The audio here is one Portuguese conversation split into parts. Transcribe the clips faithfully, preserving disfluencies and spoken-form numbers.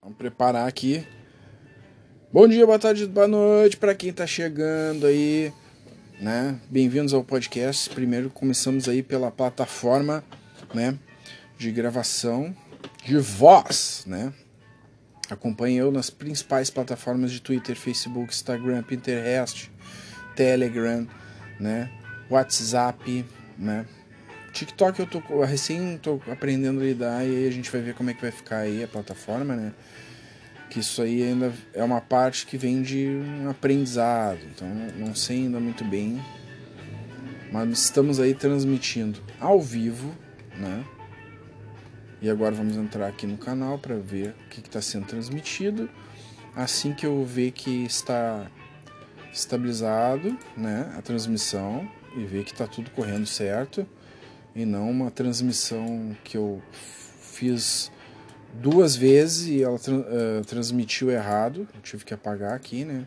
Vamos preparar aqui. Bom dia, boa tarde, boa noite para quem tá chegando aí, né? Bem-vindos ao podcast. Primeiro começamos aí pela plataforma, né, de gravação de voz, né? Acompanhe eu nas principais plataformas de Twitter, Facebook, Instagram, Pinterest, Telegram, né? WhatsApp, né? TikTok eu tô recém tô aprendendo a lidar e aí a gente vai ver como é que vai ficar aí a plataforma, né? Que isso aí ainda é uma parte que vem de um aprendizado, então não sei ainda muito bem, mas estamos aí transmitindo ao vivo, né? E agora vamos entrar aqui no canal para ver o que está sendo transmitido. Assim que eu ver que está estabilizado, né, a transmissão e ver que está tudo correndo certo e não uma transmissão que eu fiz duas vezes e ela tra uh, transmitiu errado. Eu tive que apagar aqui, né?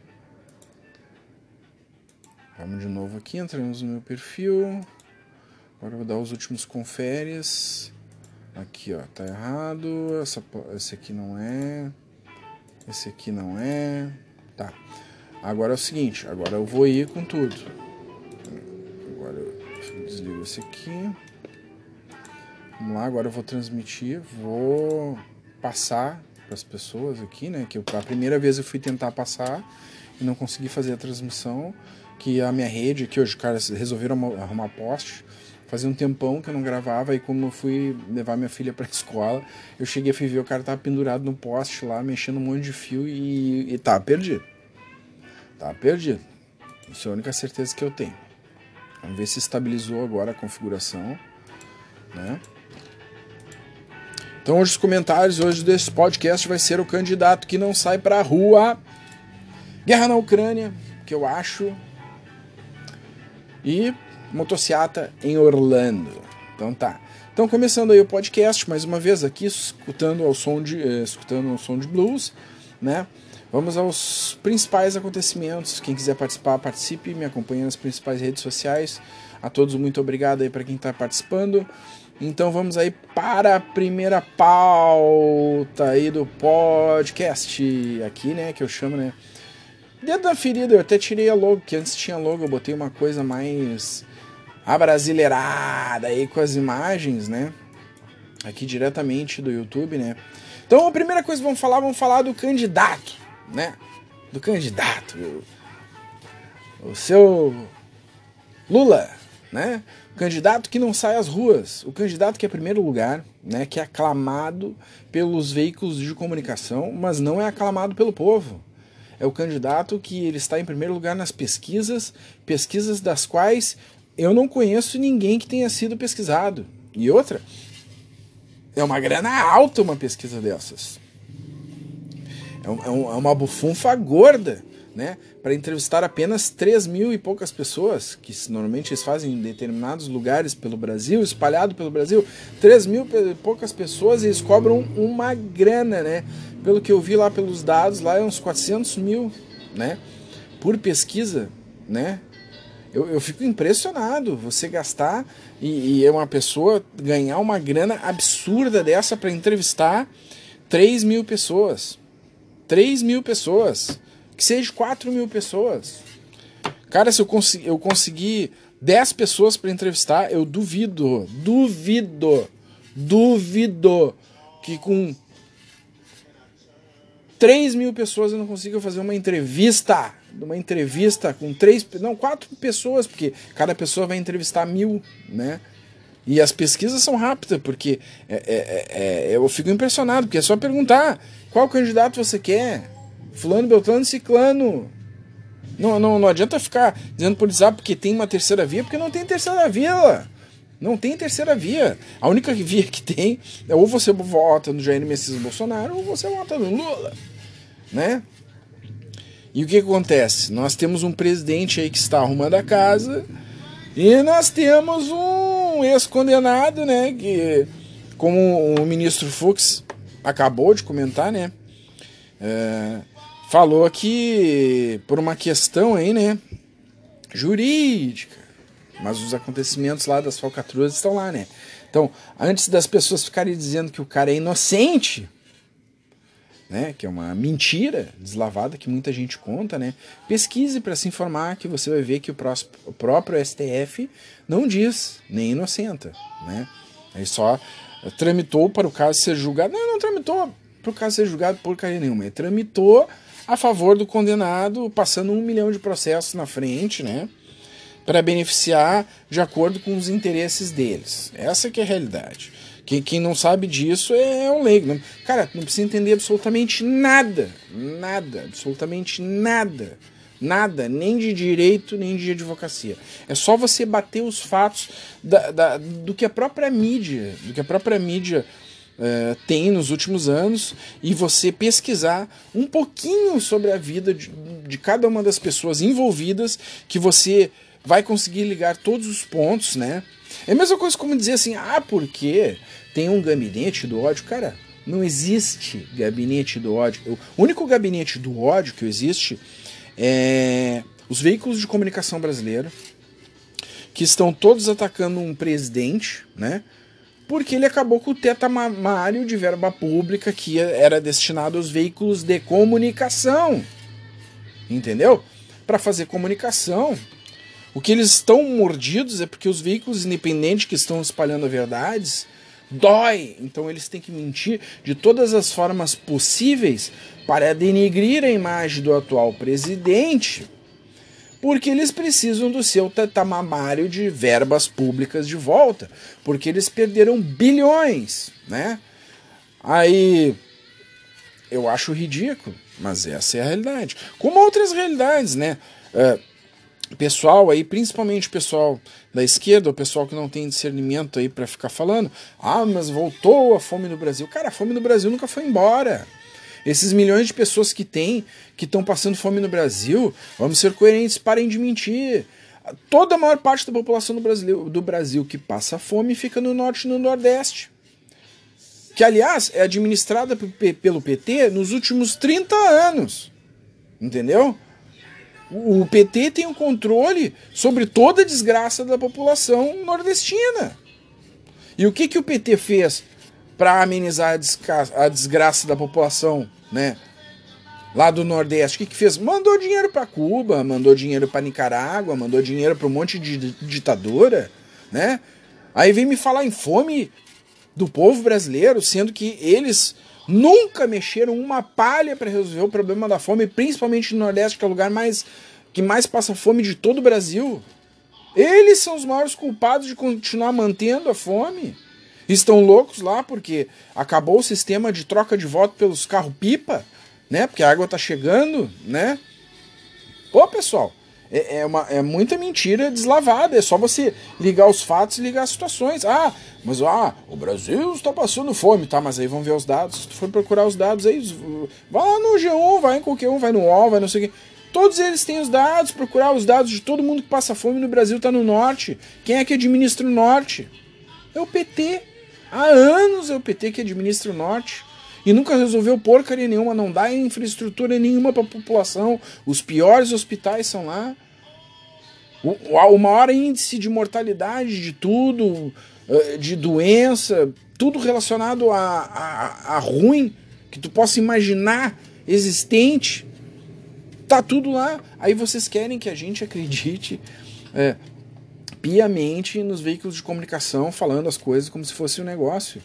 Vamos de novo aqui, entramos no meu perfil. Agora eu vou dar os últimos conferes. Aqui, ó, tá errado. Essa, esse aqui não é. Esse aqui não é. Tá. Agora é o seguinte, agora eu vou ir com tudo. Agora eu desligo esse aqui. Vamos lá, agora eu vou transmitir, vou passar para as pessoas aqui, né? Que eu, a primeira vez eu fui tentar passar e não consegui fazer a transmissão, que a minha rede aqui, hoje os caras resolveram arrumar poste. Fazia um tempão que eu não gravava e como eu fui levar minha filha para a escola, eu cheguei a ver o cara tava pendurado no poste lá, mexendo um monte de fio e, e tava perdido. Tava perdido. Isso é a única certeza que eu tenho. Vamos ver se estabilizou agora a configuração, né? Então hoje os comentários hoje desse podcast vai ser o candidato que não sai pra rua, guerra na Ucrânia, que eu acho, e motociata em Orlando. Então tá. Então começando aí o podcast, mais uma vez aqui, escutando ao som de, eh, escutando ao som de blues, né? Vamos aos principais acontecimentos. Quem quiser participar, participe, me acompanhe nas principais redes sociais. A todos muito obrigado aí para quem está participando. Então vamos aí para a primeira pauta aí do podcast aqui, né, que eu chamo, né, Dedo na ferida. Eu até tirei a logo, que antes tinha logo, eu botei uma coisa mais abrasileirada aí com as imagens, né, aqui diretamente do YouTube, né. Então a primeira coisa que vamos falar, vamos falar do candidato, né, do candidato, o, o seu Lula, né? O candidato que não sai às ruas, o candidato que é primeiro lugar, né? Que é aclamado pelos veículos de comunicação, mas não é aclamado pelo povo. É o candidato que ele está em primeiro lugar nas pesquisas, pesquisas das quais eu não conheço ninguém que tenha sido pesquisado. E outra, é uma grana alta uma pesquisa dessas. É, um, é uma bufunfa gorda, né, para entrevistar apenas três mil e poucas pessoas, que normalmente eles fazem em determinados lugares pelo Brasil, espalhado pelo Brasil, três mil e poucas pessoas, e eles cobram uma grana, né, pelo que eu vi lá pelos dados, lá é uns quatrocentos mil, né, por pesquisa, né, eu, eu fico impressionado, você gastar, e, e é uma pessoa ganhar uma grana absurda dessa para entrevistar três mil pessoas, três mil pessoas, que seja quatro mil pessoas. Cara, se eu, cons eu conseguir dez pessoas para entrevistar, eu duvido, duvido, duvido que com três mil pessoas eu não consiga fazer uma entrevista. Uma entrevista com três, não, quatro pessoas, porque cada pessoa vai entrevistar mil, né? E as pesquisas são rápidas, porque é, é, é, eu fico impressionado, porque é só perguntar qual candidato você quer. Fulano, Beltrano, Ciclano. Não, não, não adianta ficar dizendo por WhatsApp porque tem uma terceira via, porque não tem terceira via. Não tem terceira via. A única via que tem é ou você vota no Jair Messias Bolsonaro ou você vota no Lula, né? E o que acontece? Nós temos um presidente aí que está arrumando a casa e nós temos um ex-condenado, né? Que, como o ministro Fux acabou de comentar, né? É, falou que por uma questão aí, né, jurídica, mas os acontecimentos lá das falcatruas estão lá, né? Então, antes das pessoas ficarem dizendo que o cara é inocente, né, que é uma mentira deslavada que muita gente conta, né? Pesquise para se informar, que você vai ver que o, próximo, o próprio S T F não diz, nem inocenta, né? Ele só tramitou para o caso ser julgado. Não, não tramitou para o caso ser julgado porcaria nenhuma. Ele tramitou a favor do condenado, passando um milhão de processos na frente, né? Para beneficiar de acordo com os interesses deles. Essa que é a realidade. Quem, quem não sabe disso é um leigo. Não, cara, não precisa entender absolutamente nada. Nada. Absolutamente nada. Nada. Nem de direito, nem de advocacia. É só você bater os fatos da, da, do que a própria mídia, do que a própria mídia uh, tem nos últimos anos e você pesquisar um pouquinho sobre a vida de, de cada uma das pessoas envolvidas, que você vai conseguir ligar todos os pontos, né? É a mesma coisa como dizer assim, ah, porque tem um gabinete do ódio. Cara, não existe gabinete do ódio. O único gabinete do ódio que existe é os veículos de comunicação brasileiros, que estão todos atacando um presidente, né? Porque ele acabou com o teto mamário de verba pública que era destinado aos veículos de comunicação. Entendeu? Para fazer comunicação. O que eles estão mordidos é porque os veículos independentes que estão espalhando verdades dói. Então eles têm que mentir de todas as formas possíveis para denegrir a imagem do atual presidente, porque eles precisam do seu tatamamário de verbas públicas de volta, porque eles perderam bilhões, né? Aí eu acho ridículo, mas essa é a realidade. Como outras realidades, né? É, pessoal aí, principalmente pessoal da esquerda, o pessoal que não tem discernimento aí para ficar falando, ah, mas voltou a fome no Brasil. Cara, a fome no Brasil nunca foi embora. Esses milhões de pessoas que tem, que estão passando fome no Brasil, vamos ser coerentes, parem de mentir. Toda a maior parte da população do Brasil, do Brasil que passa fome fica no norte e no nordeste. Que, aliás, é administrada pelo P T nos últimos trinta anos. Entendeu? O P T tem o controle sobre toda a desgraça da população nordestina. E o que, que o P T fez para amenizar a, desca- a desgraça da população, né, lá do Nordeste? O que, que fez? Mandou dinheiro para Cuba, mandou dinheiro para Nicarágua, mandou dinheiro para um monte de ditadura, né? Aí vem me falar em fome do povo brasileiro, sendo que eles nunca mexeram uma palha para resolver o problema da fome, principalmente no Nordeste, que é o lugar mais, que mais passa fome de todo o Brasil. Eles são os maiores culpados de continuar mantendo a fome. Estão loucos lá porque acabou o sistema de troca de voto pelos carro-pipa, né? Porque a água tá chegando, né? Pô, pessoal, é, é, uma, é muita mentira deslavada. É só você ligar os fatos e ligar as situações. Ah, mas ah, o Brasil está passando fome, tá? Mas aí vão ver os dados. Se tu for procurar os dados aí, vai lá no G um, vai em qualquer um, vai no U O L, vai não sei o quê. Todos eles têm os dados, procurar os dados de todo mundo que passa fome no Brasil tá no norte. Quem é que administra o norte? É o P T. Há anos é o P T que administra o norte. E nunca resolveu porcaria nenhuma, não dá infraestrutura nenhuma para a população. Os piores hospitais são lá. O, o maior índice de mortalidade de tudo, de doença, tudo relacionado a, a, a ruim que tu possa imaginar existente, tá tudo lá. Aí vocês querem que a gente acredite é, piamente nos veículos de comunicação falando as coisas como se fosse um negócio,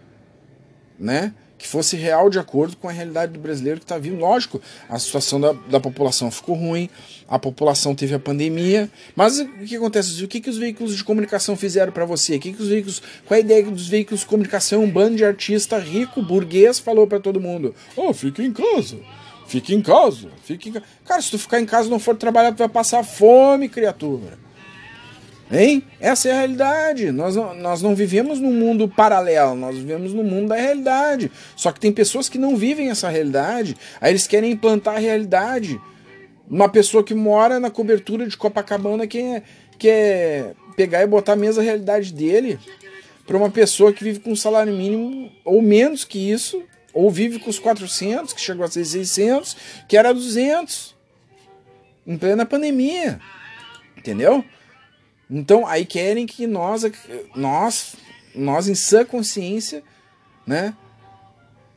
né? Que fosse real de acordo com a realidade do brasileiro que está vindo. Lógico, a situação da, da população ficou ruim, a população teve a pandemia, mas o que acontece? O que, que os veículos de comunicação fizeram para você? O que, que os veículos, qual é a ideia dos veículos de comunicação? Um bando de artista rico, burguês, falou para todo mundo: oh, fique em casa, fique em casa, fique em casa. Cara, se tu ficar em casa e não for trabalhar, tu vai passar fome, criatura. Hein? Essa é a realidade. Nós não, nós não vivemos num mundo paralelo, nós vivemos no mundo da realidade. Só que tem pessoas que não vivem essa realidade, aí eles querem implantar a realidade. Uma pessoa que mora na cobertura de Copacabana quer, quer pegar e botar a mesma realidade dele para uma pessoa que vive com um salário mínimo ou menos que isso, ou vive com os quatrocentos, que chegou a ser seiscentos, que era duzentos, em plena pandemia. Entendeu? Então, aí querem que nós, nós, nós em sã consciência, né,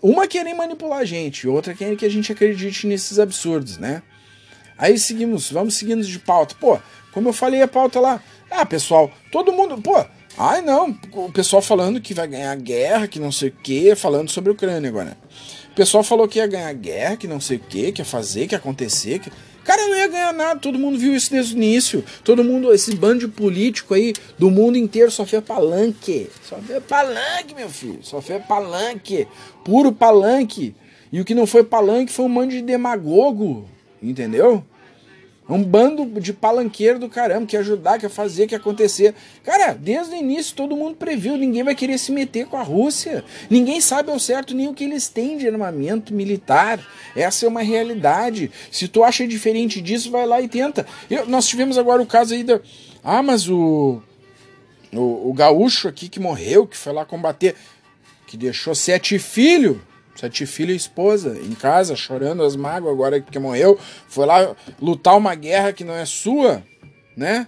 uma querem manipular a gente, outra querem que a gente acredite nesses absurdos, né? Aí seguimos, vamos seguindo de pauta. Pô, como eu falei a pauta lá, ah, pessoal, todo mundo, pô, ai não, o pessoal falando que vai ganhar guerra, que não sei o que, falando sobre a Ucrânia agora. O pessoal falou que ia ganhar guerra, que não sei o que, que ia fazer, que ia acontecer, que... Cara, não ia ganhar nada, todo mundo viu isso desde o início. Todo mundo, esse bando de político aí do mundo inteiro só fez palanque. Só fez palanque, meu filho. Só fez palanque. Puro palanque. E o que não foi palanque foi um monte de demagogo. Entendeu? Um bando de palanqueiro do caramba, que ia ajudar, que ia fazer, que ia acontecer. Cara, desde o início todo mundo previu, ninguém vai querer se meter com a Rússia. Ninguém sabe ao certo nem o que eles têm de armamento militar. Essa é uma realidade. Se tu acha diferente disso, vai lá e tenta. Eu, nós tivemos agora o caso aí da... Ah, mas o, o, o gaúcho aqui que morreu, que foi lá combater, que deixou sete filhos. Sete filhos e esposa em casa, chorando as mágoas agora porque morreu. Foi lá lutar uma guerra que não é sua, né?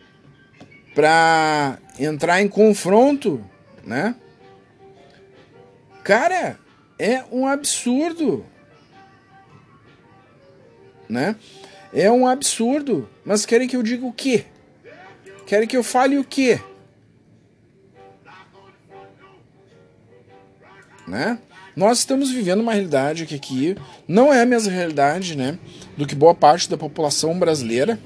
Pra entrar em confronto, né? Cara, é um absurdo. Né? É um absurdo. Mas querem que eu diga o quê? Querem que eu fale o quê? Né? Nós estamos vivendo uma realidade que aqui não é a mesma realidade, né, do que boa parte da população brasileira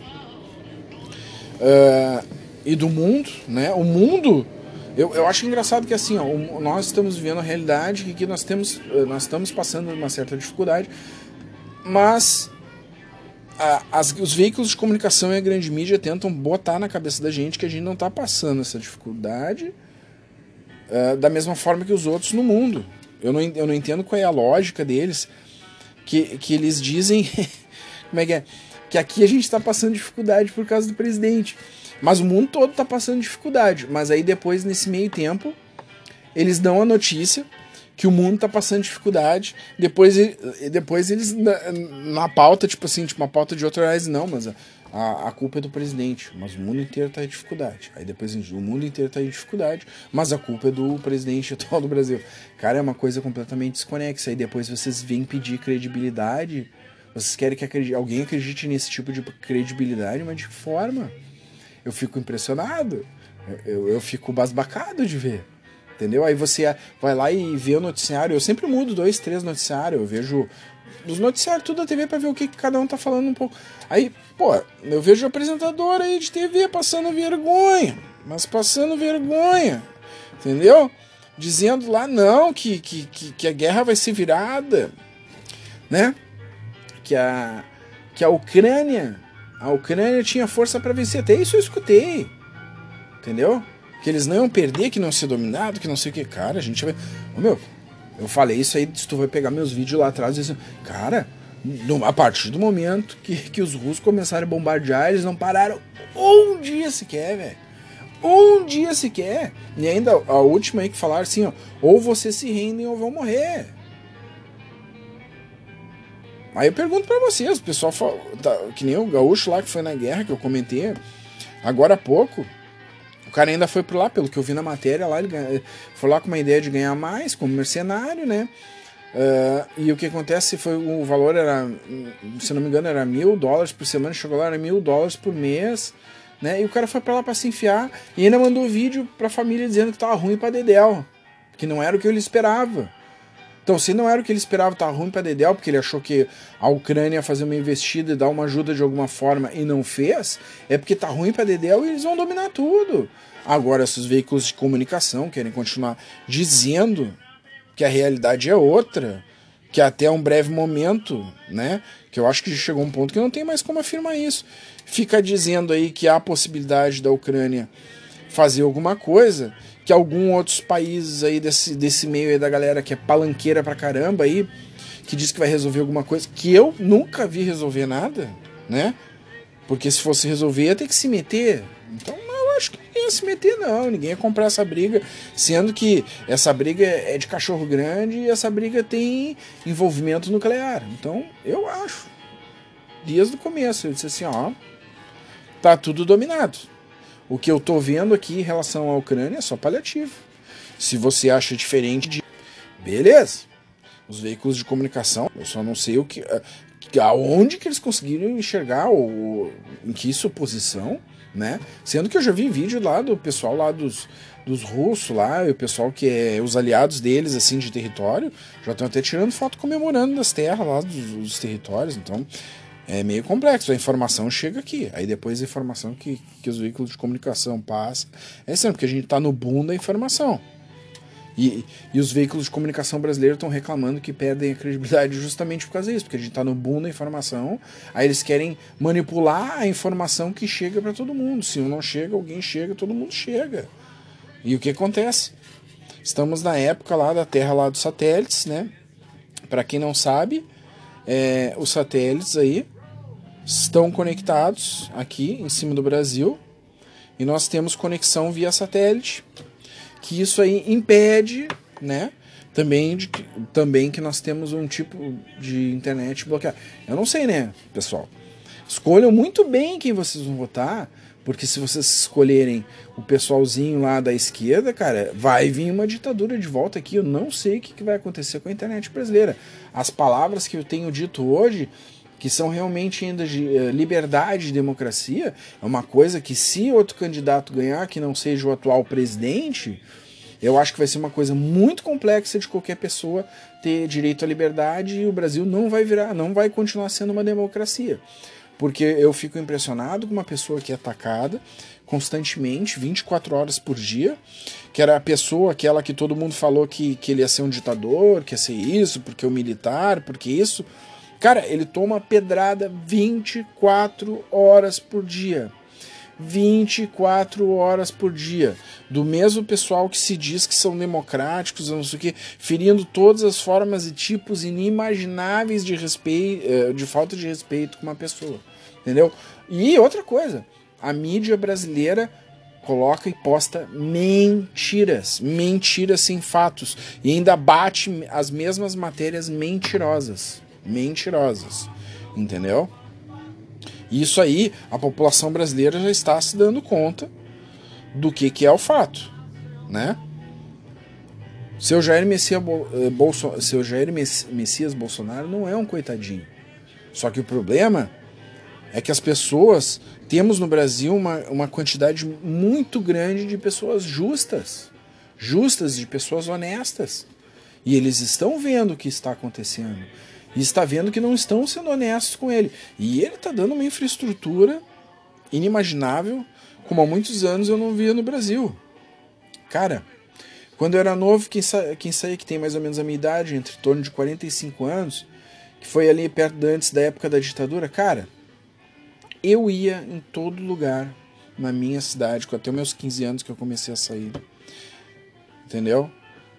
uh, e do mundo, né? O mundo, eu, eu acho engraçado que assim, ó, nós estamos vivendo a realidade que aqui nós temos, nós estamos passando uma certa dificuldade, mas a, as, os veículos de comunicação e a grande mídia tentam botar na cabeça da gente que a gente não está passando essa dificuldade uh, da mesma forma que os outros no mundo. Eu não, eu não entendo qual é a lógica deles, que, que eles dizem como é que é? Que aqui a gente está passando dificuldade por causa do presidente. Mas o mundo todo está passando dificuldade. Mas aí depois, nesse meio tempo, eles dão a notícia que o mundo está passando dificuldade. Depois, depois eles, na, na pauta, tipo assim, tipo uma pauta de outra vez, não, mas... A, a culpa é do presidente, mas o mundo inteiro está em dificuldade. Aí depois o mundo inteiro está em dificuldade, mas a culpa é do presidente atual do Brasil. Cara, é uma coisa completamente desconexa. Aí depois vocês vêm pedir credibilidade. Vocês querem que acredite, alguém acredite nesse tipo de credibilidade, mas de que forma? Eu fico impressionado. Eu, eu, eu fico basbacado de ver. Entendeu? Aí você vai lá e vê o noticiário. Eu sempre mudo dois, três noticiários. Eu vejo dos noticiários, tudo da T V, pra ver o que, que cada um tá falando um pouco. Aí, pô, eu vejo o apresentador aí de T V passando vergonha, mas passando vergonha, entendeu? Dizendo lá, não, que, que, que, que a guerra vai ser virada, né? Que a, que a Ucrânia, a Ucrânia tinha força para vencer. Até isso eu escutei, entendeu? Que eles não iam perder, que não ia ser dominado, que não sei o que. Cara, a gente vai... Ô, meu... Eu falei isso aí, se tu vai pegar meus vídeos lá atrás e dizer, cara, no, a partir do momento que, que os russos começaram a bombardear, eles não pararam um dia sequer, velho. Um dia sequer. E ainda a última aí que falaram assim, ó, ou vocês se rendem ou vão morrer. Aí eu pergunto pra vocês, o pessoal fala, tá, que nem o gaúcho lá que foi na guerra, que eu comentei agora há pouco. O cara ainda foi por lá, pelo que eu vi na matéria lá, ele ganha, foi lá com uma ideia de ganhar mais, como mercenário, né? Uh, e o que acontece foi, o valor era, se não me engano, era mil dólares por semana, chegou lá, era mil dólares por mês, né? E o cara foi pra lá pra se enfiar e ainda mandou vídeo pra família dizendo que tava ruim pra dedéu, que não era o que ele esperava. Então, se não era o que ele esperava, tá ruim pra dedéu, porque ele achou que a Ucrânia ia fazer uma investida e dar uma ajuda de alguma forma e não fez, é porque tá ruim pra dedéu e eles vão dominar tudo. Agora, esses veículos de comunicação querem continuar dizendo que a realidade é outra, que até um breve momento, né, que eu acho que chegou um ponto que não tem mais como afirmar isso. Fica dizendo aí que há a possibilidade da Ucrânia fazer alguma coisa, que alguns outros países aí desse, desse meio aí da galera que é palanqueira pra caramba aí, que diz que vai resolver alguma coisa, que eu nunca vi resolver nada, né? Porque se fosse resolver ia ter que se meter. Então eu acho que ninguém ia se meter não, ninguém ia comprar essa briga, sendo que essa briga é de cachorro grande e essa briga tem envolvimento nuclear. Então eu acho, desde o começo, eu disse assim, ó, tá tudo dominado. O que eu tô vendo aqui em relação à Ucrânia é só paliativo. Se você acha diferente de... Beleza. Os veículos de comunicação, eu só não sei o que, aonde que eles conseguiram enxergar, ou em que suposição, né? Sendo que eu já vi vídeo lá do pessoal lá dos, dos russos lá, e o pessoal que é os aliados deles, assim, de território, já estão até tirando foto comemorando das terras lá, dos, dos territórios, então é meio complexo. A informação chega aqui, aí depois a informação que, que os veículos de comunicação passam, é sempre porque a gente tá no boom da informação. E, e os veículos de comunicação brasileiros estão reclamando que perdem a credibilidade justamente por causa disso, porque a gente está no boom da informação, aí eles querem manipular a informação que chega para todo mundo. Se um não chega, alguém chega, todo mundo chega. E o que acontece? Estamos na época lá da Terra, lá dos satélites, né? Para quem não sabe, é, os satélites aí estão conectados aqui em cima do Brasil, e nós temos conexão via satélite, que isso aí impede, né, também, de, também que nós temos um tipo de internet bloqueado. Eu não sei, né, pessoal? Escolham muito bem quem vocês vão votar, porque se vocês escolherem o pessoalzinho lá da esquerda, cara, vai vir uma ditadura de volta aqui. Eu não sei o que, que vai acontecer com a internet brasileira. As palavras que eu tenho dito hoje, que são realmente ainda de uh, liberdade e democracia, é uma coisa que, se outro candidato ganhar, que não seja o atual presidente, eu acho que vai ser uma coisa muito complexa de qualquer pessoa ter direito à liberdade, e o Brasil não vai virar, não vai continuar sendo uma democracia. Porque eu fico impressionado com uma pessoa que é atacada constantemente, vinte e quatro horas por dia, que era a pessoa, aquela que todo mundo falou que, que ele ia ser um ditador, que ia ser isso, porque o militar, porque isso... Cara, ele toma pedrada vinte e quatro horas por dia. vinte e quatro horas por dia. Do mesmo pessoal que se diz que são democráticos, não sei o quê, ferindo todas as formas e tipos inimagináveis de respeito, de falta de respeito com uma pessoa. Entendeu? E outra coisa, a mídia brasileira coloca e posta mentiras, mentiras sem fatos, e ainda bate as mesmas matérias mentirosas. mentirosas, entendeu? Isso aí, a população brasileira já está se dando conta do que, que é o fato, né? Seu Jair Messias, Bolso, seu Jair Messias Bolsonaro não é um coitadinho. Só que o problema é que as pessoas, temos no Brasil uma, uma quantidade muito grande de pessoas justas, justas, de pessoas honestas, e eles estão vendo o que está acontecendo. E está vendo que não estão sendo honestos com ele. E ele está dando uma infraestrutura inimaginável, como há muitos anos eu não via no Brasil. Cara, quando eu era novo, quem, sa quem saía que tem mais ou menos a minha idade, entre torno de quarenta e cinco anos, que foi ali perto da, antes da época da ditadura, cara, eu ia em todo lugar na minha cidade, com até meus quinze anos que eu comecei a sair. Entendeu?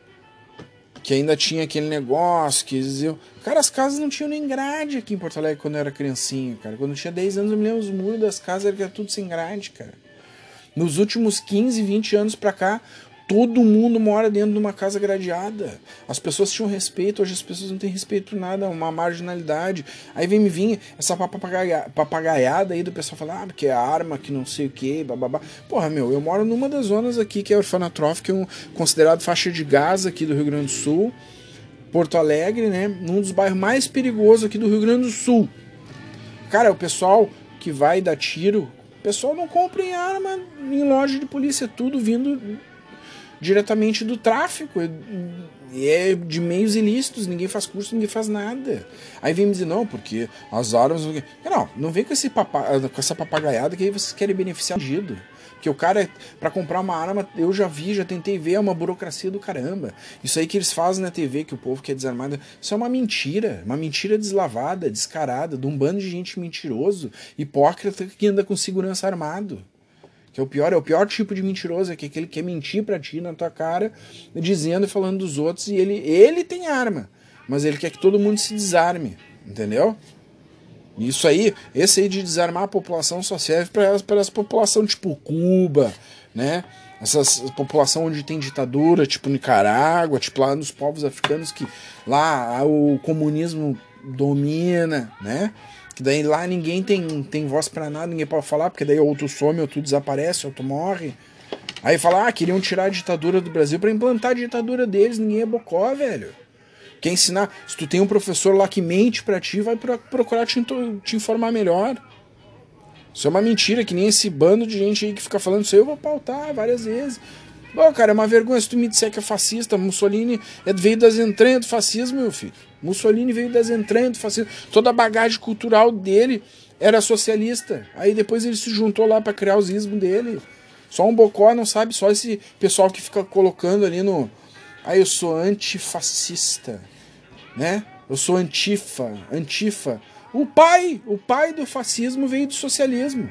Que ainda tinha aquele negócio que diziam... Cara, as casas não tinham nem grade aqui em Porto Alegre quando eu era criancinha, cara. Quando eu tinha dez anos, eu me lembro, os muros das casas eram tudo sem grade, cara. Nos últimos quinze, vinte anos pra cá, todo mundo mora dentro de uma casa gradeada. As pessoas tinham respeito, hoje as pessoas não têm respeito por nada, uma marginalidade. Aí vem me vir essa papagaia, papagaiada aí do pessoal falar, ah, porque é arma, que não sei o que, bababá. Porra, meu, eu moro numa das zonas aqui que é orfanotrófico, que é um, considerado faixa de Gaza aqui do Rio Grande do Sul, Porto Alegre, né, num dos bairros mais perigosos aqui do Rio Grande do Sul. Cara, o pessoal que vai dar tiro, o pessoal não compra em arma em loja de polícia, tudo vindo diretamente do tráfico, e é de meios ilícitos, ninguém faz curso, ninguém faz nada. Aí vem me dizer, não, porque as armas... Não, não vem com, esse papa... com essa papagaiada que aí vocês querem beneficiar o bandido. Porque o cara, pra comprar uma arma, eu já vi, já tentei ver, é uma burocracia do caramba. Isso aí que eles fazem na T V, que o povo quer desarmado, isso é uma mentira, uma mentira deslavada, descarada, de um bando de gente mentiroso, hipócrita, que anda com segurança armado. Que é o pior, é o pior tipo de mentiroso, é que aquele que quer mentir pra ti na tua cara, dizendo e falando dos outros, e ele, ele tem arma, mas ele quer que todo mundo se desarme, entendeu? Isso aí, esse aí de desarmar a população só serve para essa população tipo Cuba, né? Essa população onde tem ditadura, tipo Nicarágua, tipo lá nos povos africanos que lá o comunismo domina, né? Que daí lá ninguém tem, tem voz pra nada, ninguém pode falar, porque daí ou tu some, ou tu desaparece, ou tu morre. Aí fala, ah, queriam tirar a ditadura do Brasil pra implantar a ditadura deles, ninguém é bocó, velho. Quer ensinar? Se tu tem um professor lá que mente pra ti, vai procurar te, te informar melhor. Isso é uma mentira, que nem esse bando de gente aí que fica falando isso aí, eu vou pautar várias vezes. Bom, cara, é uma vergonha se tu me disser que é fascista. Mussolini veio das entranhas do fascismo, meu filho. Mussolini veio das entranhas do fascismo. Toda a bagagem cultural dele era socialista. Aí depois ele se juntou lá pra criar os ismos dele. Só um bocó não sabe, só esse pessoal que fica colocando ali no... Ah, eu sou antifascista, né? Eu sou antifa, antifa. O pai, o pai do fascismo veio do socialismo.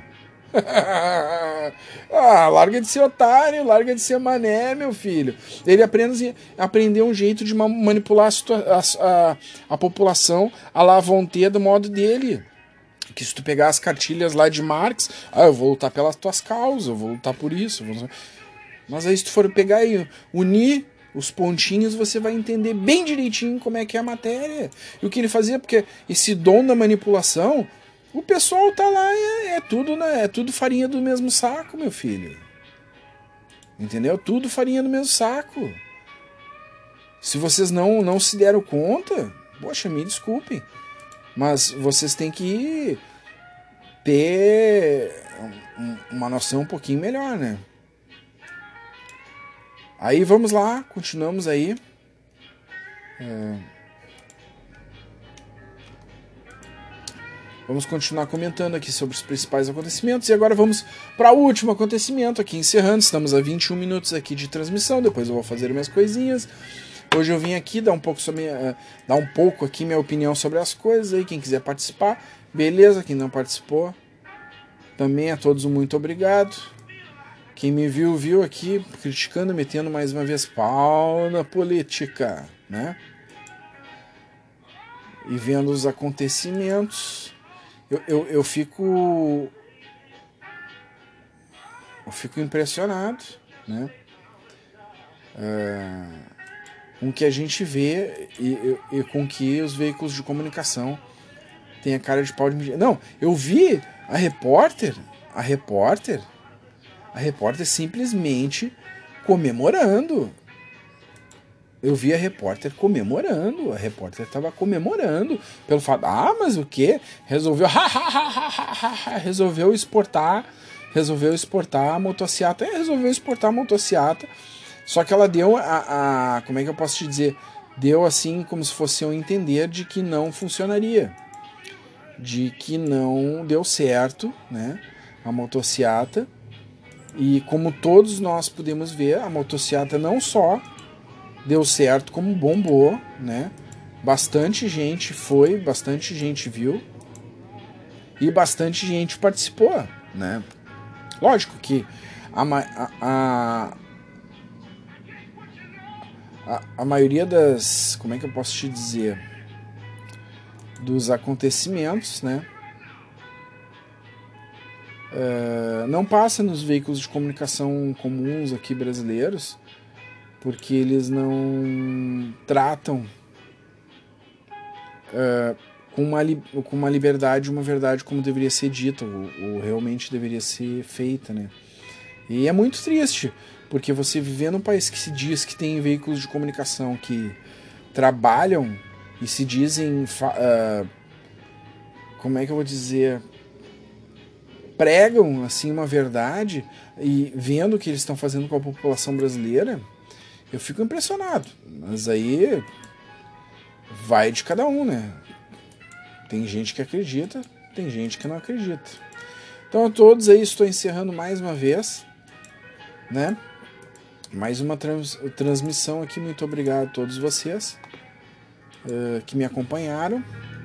Ah, larga de ser otário, larga de ser mané, meu filho. Ele apenas aprendeu um jeito de manipular a, a, a população à la vontade do modo dele. Que se tu pegar as cartilhas lá de Marx, ah, eu vou lutar pelas tuas causas, eu vou lutar por isso. Vou... Mas aí se tu for pegar e unir os pontinhos, você vai entender bem direitinho como é que é a matéria. E o que ele fazia, porque esse dom da manipulação... O pessoal tá lá, é, é tudo, né? É tudo farinha do mesmo saco, meu filho. Entendeu? Tudo farinha do mesmo saco. Se vocês não, não se deram conta, poxa, me desculpem. Mas vocês têm que ter uma noção um pouquinho melhor, né? Aí vamos lá, continuamos aí. É... Vamos continuar comentando aqui sobre os principais acontecimentos. E agora vamos para o último acontecimento aqui, encerrando. Estamos a vinte e um minutos aqui de transmissão. Depois eu vou fazer minhas coisinhas. Hoje eu vim aqui dar um pouco, sobre, uh, dar um pouco aqui minha opinião sobre as coisas. Aí, quem quiser participar, beleza. Quem não participou, também a todos um muito obrigado. Quem me viu, viu aqui criticando, metendo mais uma vez pau na política, né? E vendo os acontecimentos... Eu, eu, eu fico eu fico impressionado, né, é, com o que a gente vê e, e, e com que os veículos de comunicação têm a cara de pau de medida. Não, eu vi a repórter, a repórter, a repórter simplesmente comemorando. Eu vi a repórter comemorando, a repórter estava comemorando pelo fato, ah, mas o quê? Resolveu, resolveu exportar, resolveu exportar a motociata, é, resolveu exportar a motociata, só que ela deu a, a, como é que eu posso te dizer, deu assim como se fosse um entender de que não funcionaria, de que não deu certo, né, a motociata, e como todos nós podemos ver, a motociata não só deu certo, como bombou, né? Bastante gente foi, bastante gente viu e bastante gente participou, né? Lógico que a, a, a, a maioria das, como é que eu posso te dizer, dos acontecimentos, né? Uh, não passa nos veículos de comunicação comuns aqui brasileiros, porque eles não tratam uh, com, uma com uma liberdade, uma verdade como deveria ser dita, ou, ou realmente deveria ser feita, né? E é muito triste, porque você viver num país que se diz que tem veículos de comunicação que trabalham e se dizem, uh, como é que eu vou dizer, pregam assim uma verdade, e vendo o que eles estão fazendo com a população brasileira, eu fico impressionado. Mas aí vai de cada um, né? Tem gente que acredita, tem gente que não acredita. Então a todos aí, estou encerrando mais uma vez, né? Mais uma trans transmissão aqui. Muito obrigado a todos vocês uh, que me acompanharam.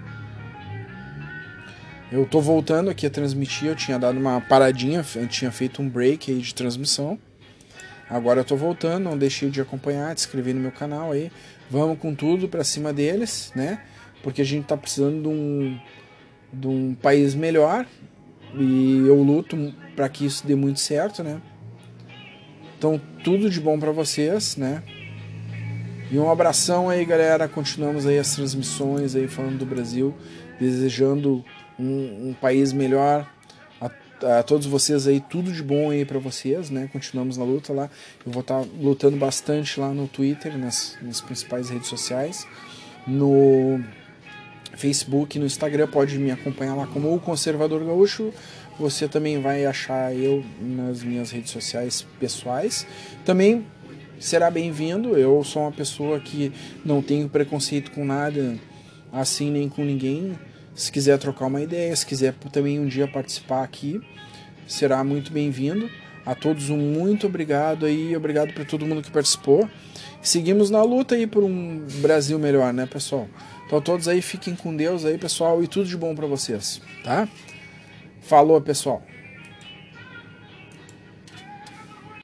Eu tô voltando aqui a transmitir. Eu tinha dado uma paradinha, eu tinha feito um break aí de transmissão. Agora eu tô voltando, não deixei de acompanhar, de inscrever no meu canal aí. Vamos com tudo pra cima deles, né? Porque a gente tá precisando de um, de um país melhor. E eu luto pra que isso dê muito certo, né? Então, tudo de bom pra vocês, né? E um abração aí, galera. Continuamos aí as transmissões aí falando do Brasil. Desejando um, um país melhor. A todos vocês aí, tudo de bom aí pra vocês, né? Continuamos na luta lá. Eu vou estar lutando bastante lá no Twitter, nas, nas principais redes sociais. no Facebook, no Instagram, pode me acompanhar lá como o Conservador Gaúcho. Você também vai achar eu nas minhas redes sociais pessoais. Também será bem-vindo. Eu sou uma pessoa que não tenho preconceito com nada, assim, nem com ninguém. Se quiser trocar uma ideia, se quiser também um dia participar aqui, será muito bem-vindo. A todos um muito obrigado aí, obrigado para todo mundo que participou. Seguimos na luta aí por um Brasil melhor, né, pessoal? Então todos aí fiquem com Deus aí, pessoal, e tudo de bom para vocês, tá? Falou, pessoal.